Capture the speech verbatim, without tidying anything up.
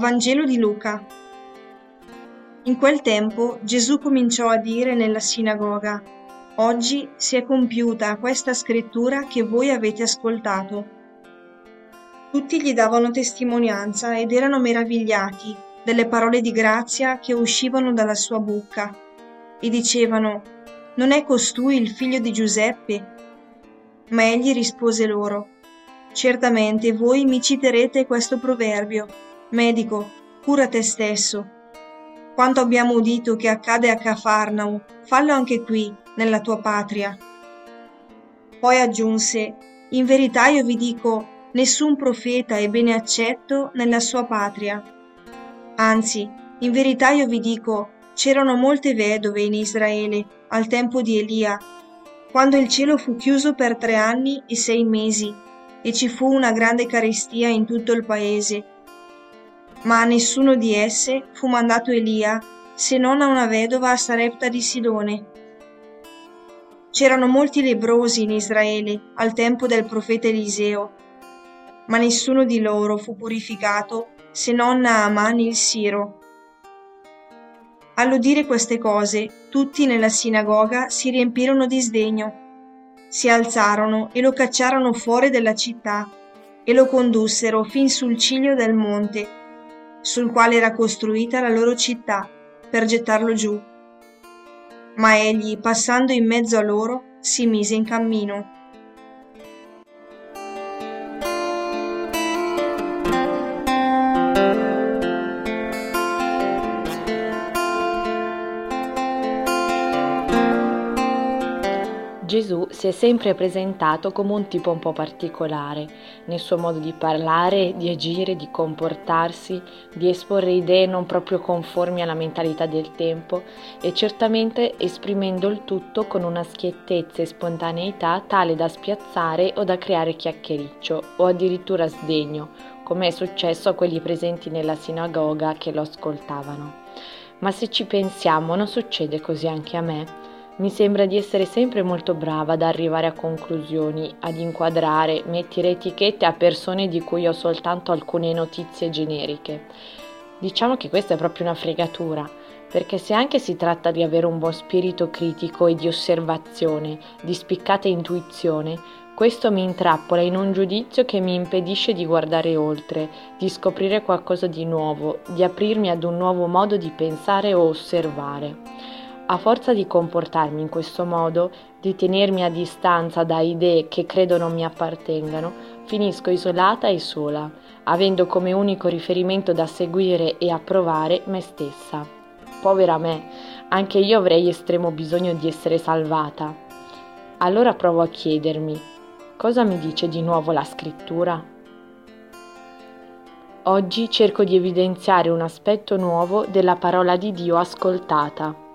Vangelo di Luca. In quel tempo Gesù cominciò a dire nella sinagoga: «Oggi si è compiuta questa scrittura che voi avete ascoltato». Tutti gli davano testimonianza ed erano meravigliati delle parole di grazia che uscivano dalla sua bocca e dicevano: «Non è costui il figlio di Giuseppe?» Ma egli rispose loro: «Certamente voi mi citerete questo proverbio: Medico, cura te stesso. Quanto abbiamo udito che accade a Cafarnao, fallo anche qui, nella tua patria». Poi aggiunse: «In verità io vi dico, nessun profeta è bene accetto nella sua patria. Anzi, in verità io vi dico, c'erano molte vedove in Israele al tempo di Elia, quando il cielo fu chiuso per tre anni e sei mesi, e ci fu una grande carestia in tutto il paese. Ma a nessuno di esse fu mandato Elia, se non a una vedova a Sarepta di Sidone. C'erano molti lebbrosi in Israele al tempo del profeta Eliseo, ma nessuno di loro fu purificato se non Naaman il Siro». All'udire queste cose, tutti nella sinagoga si riempirono di sdegno. Si alzarono e lo cacciarono fuori della città e lo condussero fin sul ciglio del monte, sul quale era costruita la loro città, per gettarlo giù. Ma egli, passando in mezzo a loro, si mise in cammino. Gesù si è sempre presentato come un tipo un po' particolare, nel suo modo di parlare, di agire, di comportarsi, di esporre idee non proprio conformi alla mentalità del tempo e certamente esprimendo il tutto con una schiettezza e spontaneità tale da spiazzare o da creare chiacchiericcio o addirittura sdegno, come è successo a quelli presenti nella sinagoga che lo ascoltavano. Ma se ci pensiamo, non succede così anche a me? Mi sembra di essere sempre molto brava ad arrivare a conclusioni, ad inquadrare, mettere etichette a persone di cui ho soltanto alcune notizie generiche. Diciamo che questa è proprio una fregatura, perché se anche si tratta di avere un buon spirito critico e di osservazione, di spiccata intuizione, questo mi intrappola in un giudizio che mi impedisce di guardare oltre, di scoprire qualcosa di nuovo, di aprirmi ad un nuovo modo di pensare o osservare. A forza di comportarmi in questo modo, di tenermi a distanza da idee che credo non mi appartengano, finisco isolata e sola, avendo come unico riferimento da seguire e approvare me stessa. Povera me, anche io avrei estremo bisogno di essere salvata. Allora provo a chiedermi, cosa mi dice di nuovo la scrittura? Oggi cerco di evidenziare un aspetto nuovo della parola di Dio ascoltata.